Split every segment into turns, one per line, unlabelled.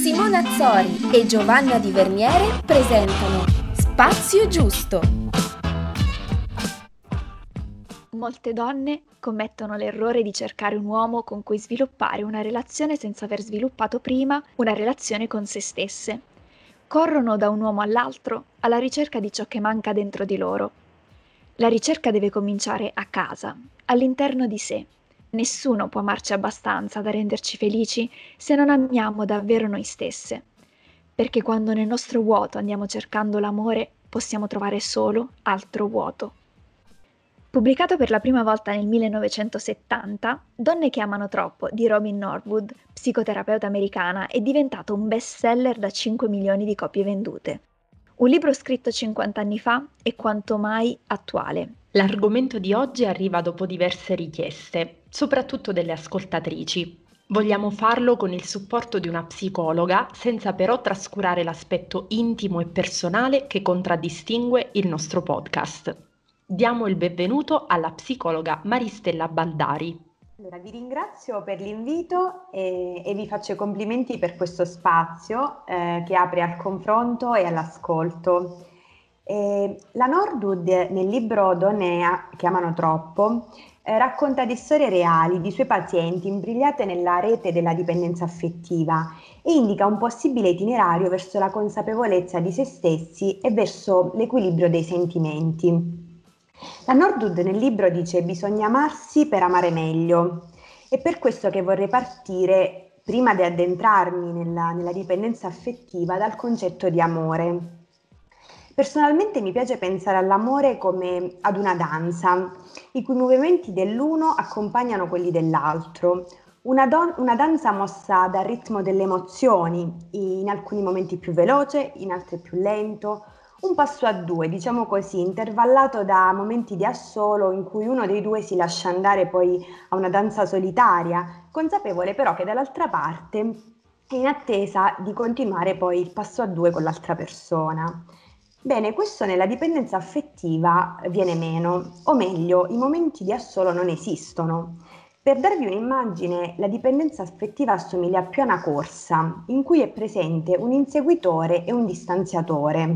Simona Azzori e Giovanna Di Verniere presentano Spazio Giusto.
Molte donne commettono l'errore di cercare un uomo con cui sviluppare una relazione senza aver sviluppato prima una relazione con se stesse. Corrono da un uomo all'altro alla ricerca di ciò che manca dentro di loro. La ricerca deve cominciare a casa, all'interno di sé. Nessuno può amarci abbastanza da renderci felici se non amiamo davvero noi stesse. Perché quando nel nostro vuoto andiamo cercando l'amore, possiamo trovare solo altro vuoto. Pubblicato per la prima volta nel 1970, Donne che amano troppo di Robin Norwood, psicoterapeuta americana, è diventato un bestseller da 5 milioni di copie vendute. Un libro scritto 50 anni fa è quanto mai attuale.
L'argomento di oggi arriva dopo diverse richieste, soprattutto delle ascoltatrici. Vogliamo farlo con il supporto di una psicologa, senza però trascurare l'aspetto intimo e personale che contraddistingue il nostro podcast. Diamo il benvenuto alla psicologa Maristella Baldari.
Allora, vi ringrazio per l'invito e vi faccio i complimenti per questo spazio che apre al confronto e all'ascolto. La Norwood nel libro Donne che amano troppo racconta di storie reali di suoi pazienti imbrigliate nella rete della dipendenza affettiva e indica un possibile itinerario verso la consapevolezza di se stessi e verso l'equilibrio dei sentimenti. La Norwood nel libro dice: bisogna amarsi per amare meglio. È per questo che vorrei partire, prima di addentrarmi nella dipendenza affettiva, dal concetto di amore. Personalmente mi piace pensare all'amore come ad una danza, i cui movimenti dell'uno accompagnano quelli dell'altro. Una danza mossa dal ritmo delle emozioni, in alcuni momenti più veloce, in altri più lento, un passo a due, diciamo così, intervallato da momenti di assolo in cui uno dei due si lascia andare poi a una danza solitaria, consapevole però che dall'altra parte è in attesa di continuare poi il passo a due con l'altra persona. Bene, questo nella dipendenza affettiva viene meno, o meglio, i momenti di assolo non esistono. Per darvi un'immagine, la dipendenza affettiva assomiglia più a una corsa, in cui è presente un inseguitore e un distanziatore.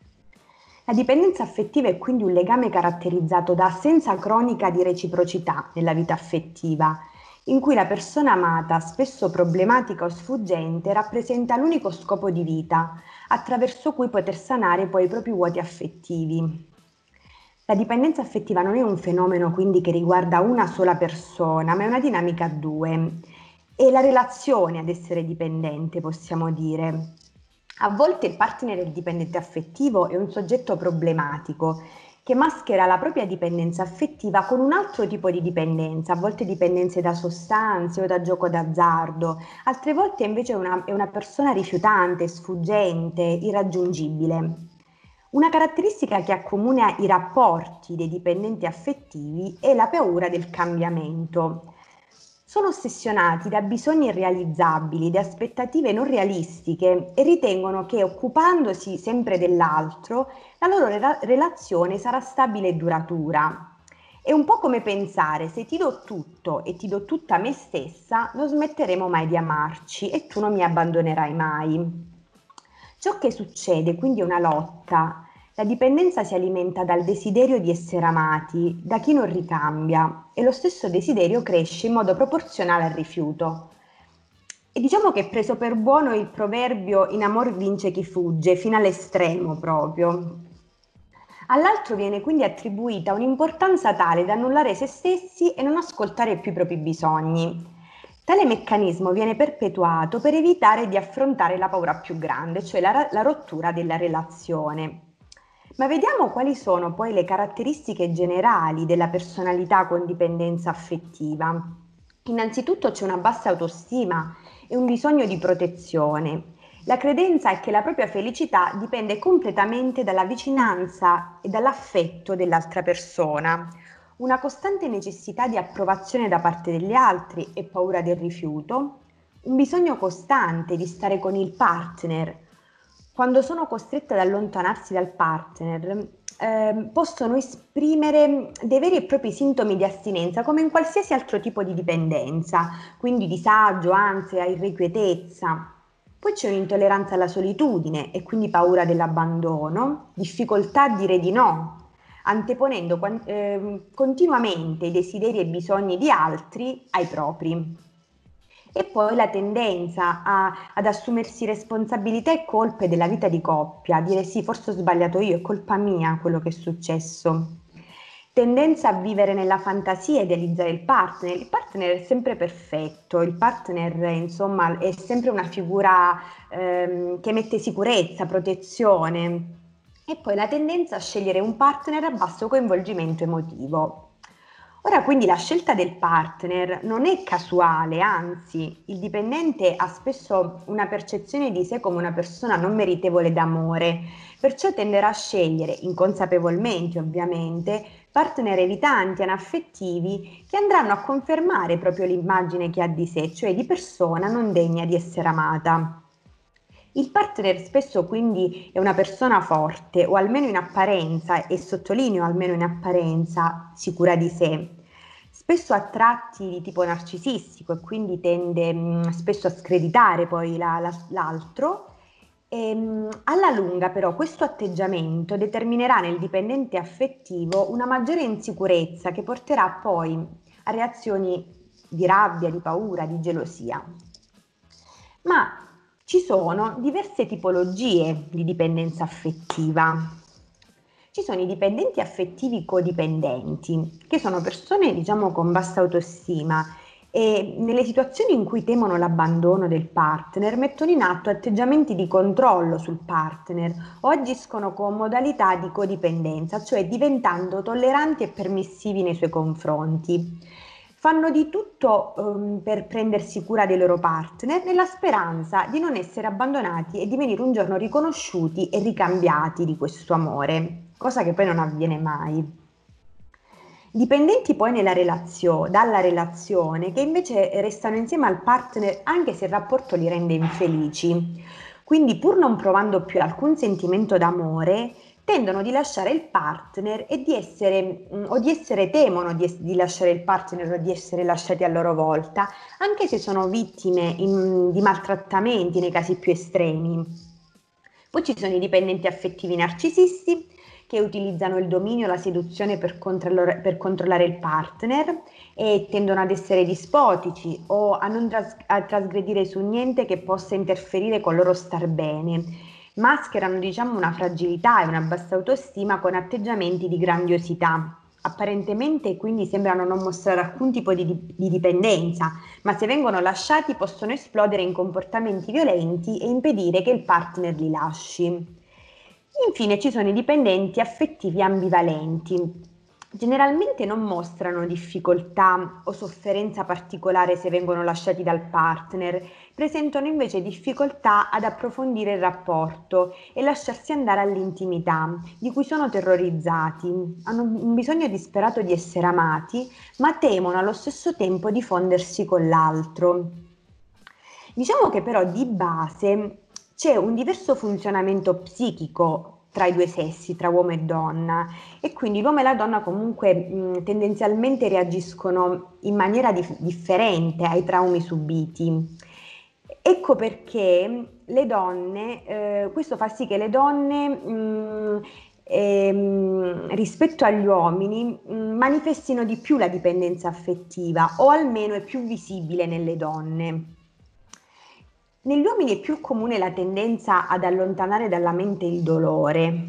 La dipendenza affettiva è quindi un legame caratterizzato da assenza cronica di reciprocità nella vita affettiva, in cui la persona amata, spesso problematica o sfuggente, rappresenta l'unico scopo di vita, attraverso cui poter sanare poi i propri vuoti affettivi. La dipendenza affettiva non è un fenomeno quindi che riguarda una sola persona, ma è una dinamica a due. È la relazione ad essere dipendente, possiamo dire. A volte il partner dipendente affettivo è un soggetto problematico che maschera la propria dipendenza affettiva con un altro tipo di dipendenza, a volte dipendenze da sostanze o da gioco d'azzardo, altre volte invece è una persona rifiutante, sfuggente, irraggiungibile. Una caratteristica che accomuna i rapporti dei dipendenti affettivi è la paura del cambiamento. Sono ossessionati da bisogni irrealizzabili, da aspettative non realistiche e ritengono che occupandosi sempre dell'altro la loro relazione sarà stabile e duratura. È un po' come pensare: se ti do tutto e ti do tutta me stessa, non smetteremo mai di amarci e tu non mi abbandonerai mai. Ciò che succede quindi è una lotta. La dipendenza si alimenta dal desiderio di essere amati, da chi non ricambia, e lo stesso desiderio cresce in modo proporzionale al rifiuto. E diciamo che è preso per buono il proverbio "in amor vince chi fugge", fino all'estremo proprio. All'altro viene quindi attribuita un'importanza tale da annullare se stessi e non ascoltare più i propri bisogni. Tale meccanismo viene perpetuato per evitare di affrontare la paura più grande, cioè la rottura della relazione. Ma vediamo quali sono poi le caratteristiche generali della personalità con dipendenza affettiva. Innanzitutto c'è una bassa autostima e un bisogno di protezione. La credenza è che la propria felicità dipende completamente dalla vicinanza e dall'affetto dell'altra persona. Una costante necessità di approvazione da parte degli altri e paura del rifiuto. Un bisogno costante di stare con il partner. Quando sono costrette ad allontanarsi dal partner, possono esprimere dei veri e propri sintomi di astinenza, come in qualsiasi altro tipo di dipendenza, quindi disagio, ansia, irrequietezza. Poi c'è un'intolleranza alla solitudine e quindi paura dell'abbandono, difficoltà a dire di no, anteponendo continuamente i desideri e i bisogni di altri ai propri. E poi la tendenza ad assumersi responsabilità e colpe della vita di coppia, dire sì, forse ho sbagliato io, è colpa mia quello che è successo. Tendenza a vivere nella fantasia e idealizzare il partner è sempre perfetto, il partner insomma è sempre una figura che mette sicurezza, protezione. E poi la tendenza a scegliere un partner a basso coinvolgimento emotivo. Ora quindi la scelta del partner non è casuale, anzi il dipendente ha spesso una percezione di sé come una persona non meritevole d'amore, perciò tenderà a scegliere, inconsapevolmente ovviamente, partner evitanti, anaffettivi, che andranno a confermare proprio l'immagine che ha di sé, cioè di persona non degna di essere amata. Il partner spesso quindi è una persona forte o almeno in apparenza, e sottolineo almeno in apparenza, sicura di sé. Spesso ha tratti di tipo narcisistico e quindi tende spesso a screditare poi l'altro. Alla lunga però questo atteggiamento determinerà nel dipendente affettivo una maggiore insicurezza che porterà poi a reazioni di rabbia, di paura, di gelosia. Ma ci sono diverse tipologie di dipendenza affettiva. Ci sono i dipendenti affettivi codipendenti, che sono persone, diciamo, con bassa autostima e nelle situazioni in cui temono l'abbandono del partner mettono in atto atteggiamenti di controllo sul partner o agiscono con modalità di codipendenza, cioè diventando tolleranti e permissivi nei suoi confronti. Fanno di tutto per prendersi cura dei loro partner nella speranza di non essere abbandonati e di venire un giorno riconosciuti e ricambiati di questo amore, cosa che poi non avviene mai. Dipendenti poi dalla relazione, che invece restano insieme al partner anche se il rapporto li rende infelici. Quindi, pur non provando più alcun sentimento d'amore, tendono di lasciare il partner e temono di lasciare il partner o di essere lasciati a loro volta, anche se sono vittime di maltrattamenti nei casi più estremi. Poi ci sono i dipendenti affettivi narcisisti che utilizzano il dominio e la seduzione per controllare il partner e tendono ad essere dispotici o a non a trasgredire su niente che possa interferire con il loro star bene. Mascherano, diciamo, una fragilità e una bassa autostima con atteggiamenti di grandiosità. Apparentemente quindi sembrano non mostrare alcun tipo di dipendenza, ma se vengono lasciati possono esplodere in comportamenti violenti e impedire che il partner li lasci. Infine ci sono i dipendenti affettivi ambivalenti. Generalmente non mostrano difficoltà o sofferenza particolare se vengono lasciati dal partner, presentano invece difficoltà ad approfondire il rapporto e lasciarsi andare all'intimità, di cui sono terrorizzati. Hanno un bisogno disperato di essere amati, ma temono allo stesso tempo di fondersi con l'altro. Diciamo che però di base c'è un diverso funzionamento psichico tra i due sessi, tra uomo e donna, e quindi l'uomo e la donna comunque tendenzialmente reagiscono in maniera differente ai traumi subiti. Ecco perché le donne, questo fa sì che le donne rispetto agli uomini manifestino di più la dipendenza affettiva, o almeno è più visibile nelle donne. Negli uomini è più comune la tendenza ad allontanare dalla mente il dolore,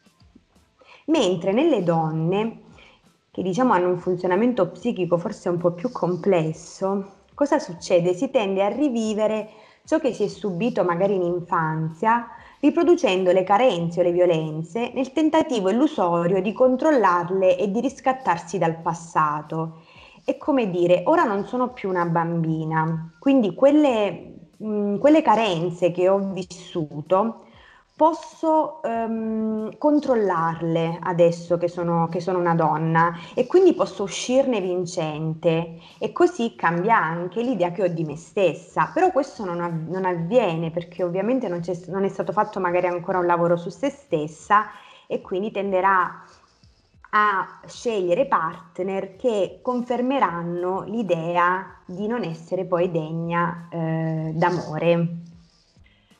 mentre nelle donne, che diciamo hanno un funzionamento psichico forse un po' più complesso, cosa succede? Si tende a rivivere ciò che si è subito magari in infanzia, riproducendo le carenze o le violenze nel tentativo illusorio di controllarle e di riscattarsi dal passato. È come dire, ora non sono più una bambina, quindi quelle carenze che ho vissuto posso controllarle adesso che sono una donna e quindi posso uscirne vincente, e così cambia anche l'idea che ho di me stessa. Però questo non avviene perché ovviamente non è stato fatto magari ancora un lavoro su se stessa, e quindi tenderà a scegliere partner che confermeranno l'idea di non essere poi degna d'amore.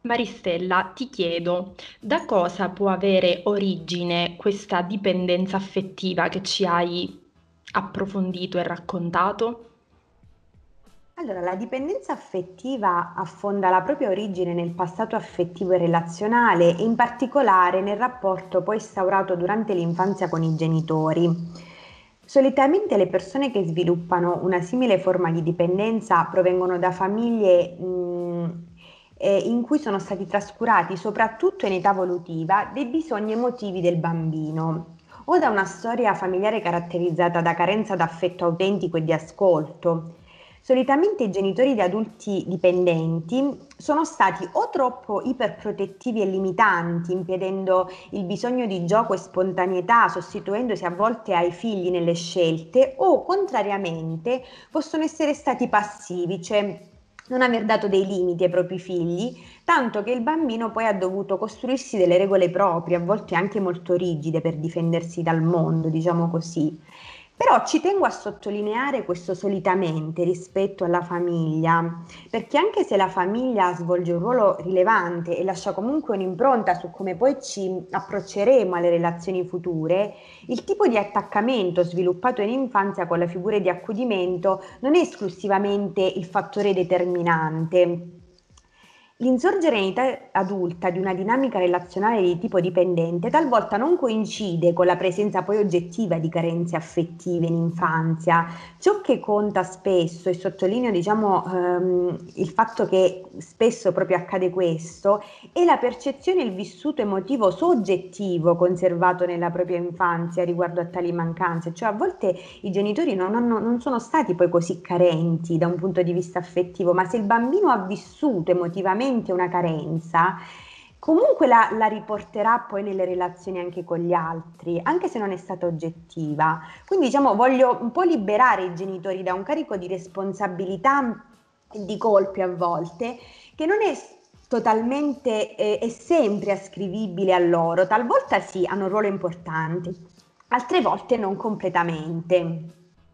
Maristella, ti chiedo, da cosa può avere origine questa dipendenza affettiva che ci hai approfondito e raccontato?
Allora, la dipendenza affettiva affonda la propria origine nel passato affettivo e relazionale e in particolare nel rapporto poi instaurato durante l'infanzia con i genitori. Solitamente le persone che sviluppano una simile forma di dipendenza provengono da famiglie in cui sono stati trascurati, soprattutto in età evolutiva, dei bisogni emotivi del bambino o da una storia familiare caratterizzata da carenza d'affetto autentico e di ascolto. Solitamente i genitori di adulti dipendenti sono stati o troppo iperprotettivi e limitanti, impedendo il bisogno di gioco e spontaneità, sostituendosi a volte ai figli nelle scelte, o contrariamente possono essere stati passivi, cioè non aver dato dei limiti ai propri figli, tanto che il bambino poi ha dovuto costruirsi delle regole proprie, a volte anche molto rigide, per difendersi dal mondo, diciamo così. Però ci tengo a sottolineare questo solitamente rispetto alla famiglia, perché anche se la famiglia svolge un ruolo rilevante e lascia comunque un'impronta su come poi ci approcceremo alle relazioni future, il tipo di attaccamento sviluppato in infanzia con le figure di accudimento non è esclusivamente il fattore determinante. L'insorgere in età adulta di una dinamica relazionale di tipo dipendente talvolta non coincide con la presenza poi oggettiva di carenze affettive in infanzia. Ciò che conta spesso, e sottolineo diciamo, il fatto che spesso proprio accade questo, è la percezione e il vissuto emotivo soggettivo conservato nella propria infanzia riguardo a tali mancanze. Cioè a volte i genitori non sono stati poi così carenti da un punto di vista affettivo, ma se il bambino ha vissuto emotivamente una carenza, comunque la riporterà poi nelle relazioni anche con gli altri, anche se non è stata oggettiva. Quindi diciamo voglio un po' liberare i genitori da un carico di responsabilità e di colpe a volte, che non è totalmente e sempre ascrivibile a loro. Talvolta sì, hanno un ruolo importante, altre volte non completamente.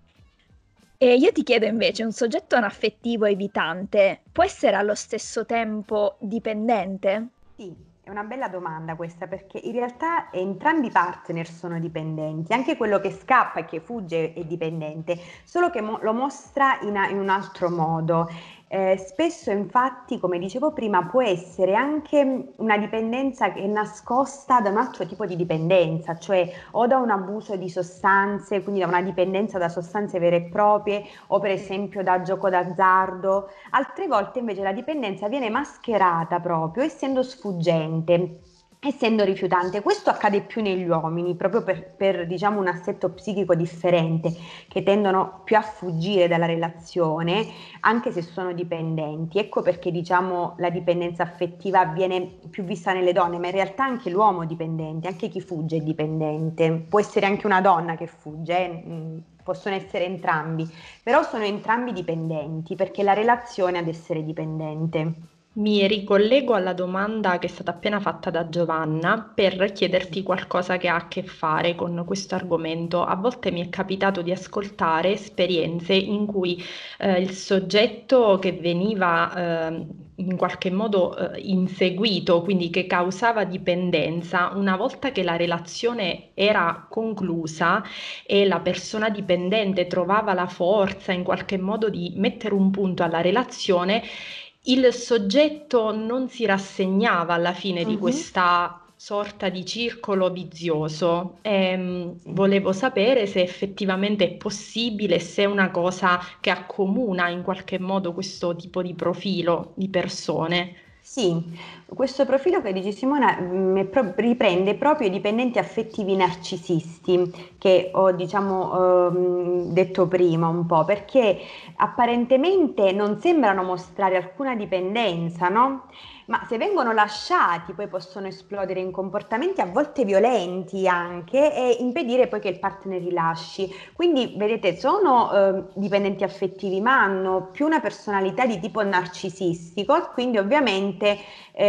E io ti chiedo invece, un soggetto anaffettivo evitante può essere allo stesso tempo dipendente?
Sì, è una bella domanda questa perché in realtà entrambi i partner sono dipendenti, anche quello che scappa e che fugge è dipendente, solo che lo mostra in un altro modo. Spesso infatti, come dicevo prima, può essere anche una dipendenza che è nascosta da un altro tipo di dipendenza, cioè o da un abuso di sostanze, quindi da una dipendenza da sostanze vere e proprie, o per esempio da gioco d'azzardo. Altre volte invece la dipendenza viene mascherata proprio essendo sfuggente, essendo rifiutante. Questo accade più negli uomini, proprio per, diciamo un assetto psichico differente, che tendono più a fuggire dalla relazione, anche se sono dipendenti. Ecco perché diciamo la dipendenza affettiva viene più vista nelle donne, ma in realtà anche l'uomo è dipendente, anche chi fugge è dipendente. Può essere anche una donna che fugge, possono essere entrambi, però sono entrambi dipendenti perché è la relazione ad essere dipendente.
Mi ricollego alla domanda che è stata appena fatta da Giovanna per chiederti qualcosa che ha a che fare con questo argomento. A volte mi è capitato di ascoltare esperienze in cui il soggetto che veniva in qualche modo inseguito, quindi che causava dipendenza, una volta che la relazione era conclusa e la persona dipendente trovava la forza in qualche modo di mettere un punto alla relazione, il soggetto non si rassegnava alla fine di
Mhm.
questa sorta di circolo vizioso.
Sì.
Volevo sapere se effettivamente è possibile, se è una cosa che accomuna in qualche modo questo tipo di profilo di persone.
Sì, questo profilo che dici Simona riprende proprio i dipendenti affettivi narcisisti che ho diciamo detto prima un po', perché apparentemente non sembrano mostrare alcuna dipendenza, no? Ma se vengono lasciati poi possono esplodere in comportamenti a volte violenti anche e impedire poi che il partner rilasci. Quindi vedete, sono dipendenti affettivi, ma hanno più una personalità di tipo narcisistico e quindi ovviamente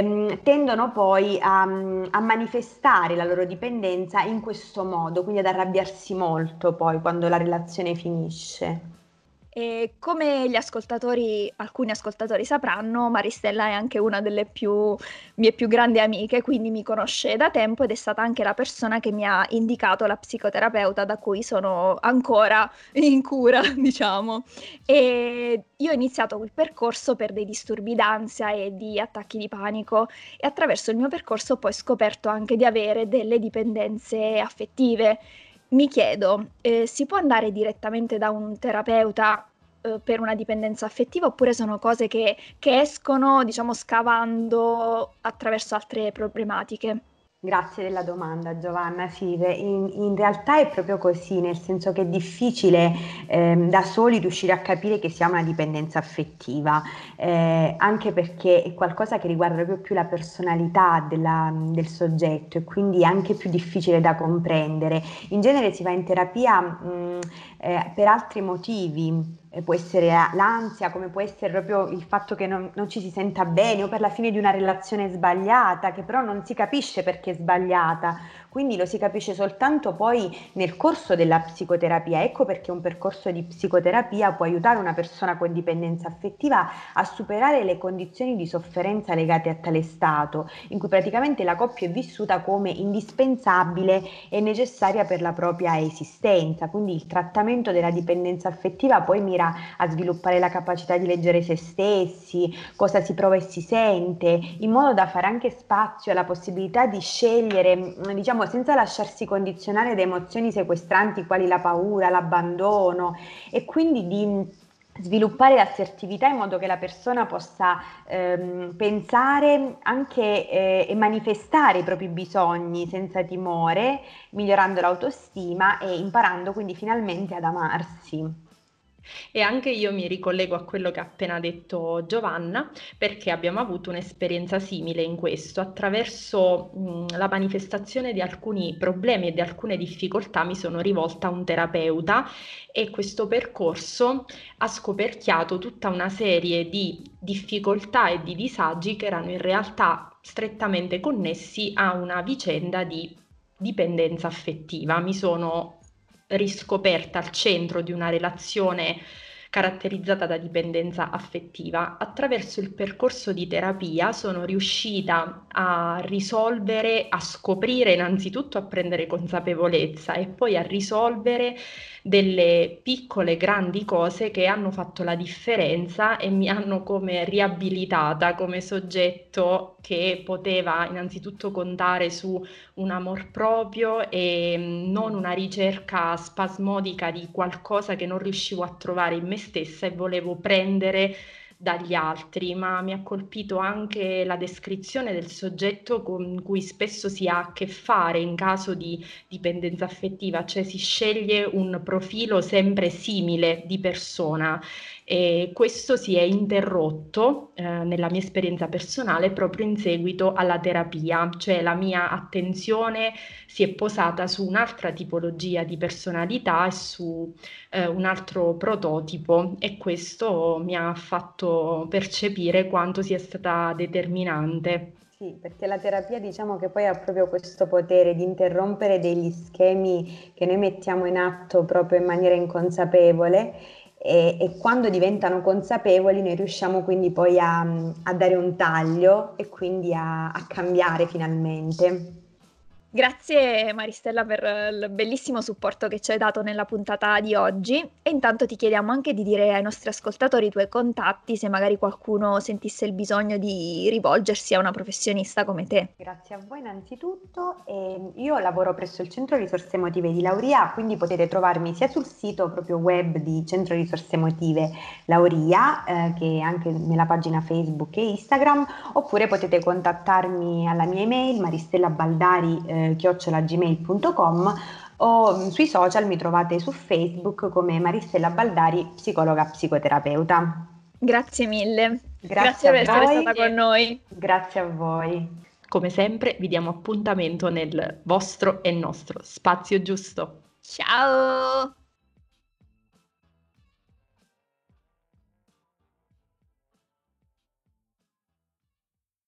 tendono poi a manifestare la loro dipendenza in questo modo, quindi ad arrabbiarsi molto poi quando la relazione finisce.
E come alcuni ascoltatori sapranno, Maristella è anche una delle mie più grandi amiche, quindi mi conosce da tempo ed è stata anche la persona che mi ha indicato la psicoterapeuta da cui sono ancora in cura, diciamo. E io ho iniziato il percorso per dei disturbi d'ansia e di attacchi di panico e attraverso il mio percorso poi ho scoperto anche di avere delle dipendenze affettive. Mi chiedo, si può andare direttamente da un terapeuta, per una dipendenza affettiva oppure sono cose che escono, diciamo, scavando attraverso altre problematiche?
Grazie della domanda Giovanna, sì, in realtà è proprio così, nel senso che è difficile da soli riuscire a capire che si ha una dipendenza affettiva, anche perché è qualcosa che riguarda proprio più la personalità del soggetto e quindi è anche più difficile da comprendere. In genere si va in terapia per altri motivi. Può essere l'ansia, come può essere proprio il fatto che non ci si senta bene o per la fine di una relazione sbagliata, che però non si capisce perché è sbagliata, quindi lo si capisce soltanto poi nel corso della psicoterapia. Ecco perché un percorso di psicoterapia può aiutare una persona con dipendenza affettiva a superare le condizioni di sofferenza legate a tale stato, in cui praticamente la coppia è vissuta come indispensabile e necessaria per la propria esistenza. Quindi il trattamento della dipendenza affettiva poi mira a sviluppare la capacità di leggere se stessi, cosa si prova e si sente, in modo da fare anche spazio alla possibilità di scegliere, diciamo, senza lasciarsi condizionare da emozioni sequestranti quali la paura, l'abbandono, e quindi di sviluppare l'assertività in modo che la persona possa pensare anche e manifestare i propri bisogni senza timore, migliorando l'autostima e imparando quindi finalmente ad amarsi.
E anche io mi ricollego a quello che ha appena detto Giovanna, perché abbiamo avuto un'esperienza simile in questo. Attraverso la manifestazione di alcuni problemi e di alcune difficoltà mi sono rivolta a un terapeuta e questo percorso ha scoperchiato tutta una serie di difficoltà e di disagi che erano in realtà strettamente connessi a una vicenda di dipendenza affettiva. Mi sono riscoperta al centro di una relazione caratterizzata da dipendenza affettiva. Attraverso il percorso di terapia sono riuscita a risolvere, a scoprire innanzitutto, a prendere consapevolezza e poi a risolvere delle piccole grandi cose che hanno fatto la differenza e mi hanno come riabilitata come soggetto che poteva innanzitutto contare su un amor proprio e non una ricerca spasmodica di qualcosa che non riuscivo a trovare in me stessa e volevo prendere dagli altri, ma mi ha colpito anche la descrizione del soggetto con cui spesso si ha a che fare in caso di dipendenza affettiva, cioè si sceglie un profilo sempre simile di persona. E questo si è interrotto nella mia esperienza personale proprio in seguito alla terapia, cioè la mia attenzione si è posata su un'altra tipologia di personalità e su un altro prototipo e questo mi ha fatto percepire quanto sia stata determinante.
Sì, perché la terapia diciamo che poi ha proprio questo potere di interrompere degli schemi che noi mettiamo in atto proprio in maniera inconsapevole e quando diventano consapevoli noi riusciamo quindi poi a dare un taglio e quindi a cambiare finalmente.
Grazie Maristella per il bellissimo supporto che ci hai dato nella puntata di oggi e intanto ti chiediamo anche di dire ai nostri ascoltatori i tuoi contatti se magari qualcuno sentisse il bisogno di rivolgersi a una professionista come te.
Grazie a voi innanzitutto. Io lavoro presso il Centro Risorse Emotive di Lauria, quindi potete trovarmi sia sul sito proprio web di Centro Risorse Emotive Lauria, che anche nella pagina Facebook e Instagram, oppure potete contattarmi alla mia email maristellabaldari@gmail.com o sui social mi trovate su Facebook come Maristella Baldari, psicologa psicoterapeuta.
Grazie mille.
Grazie
Grazie
a
per essere
voi.
stata con noi.
Grazie a voi.
Come sempre vi diamo appuntamento nel vostro e nostro spazio giusto.
Ciao!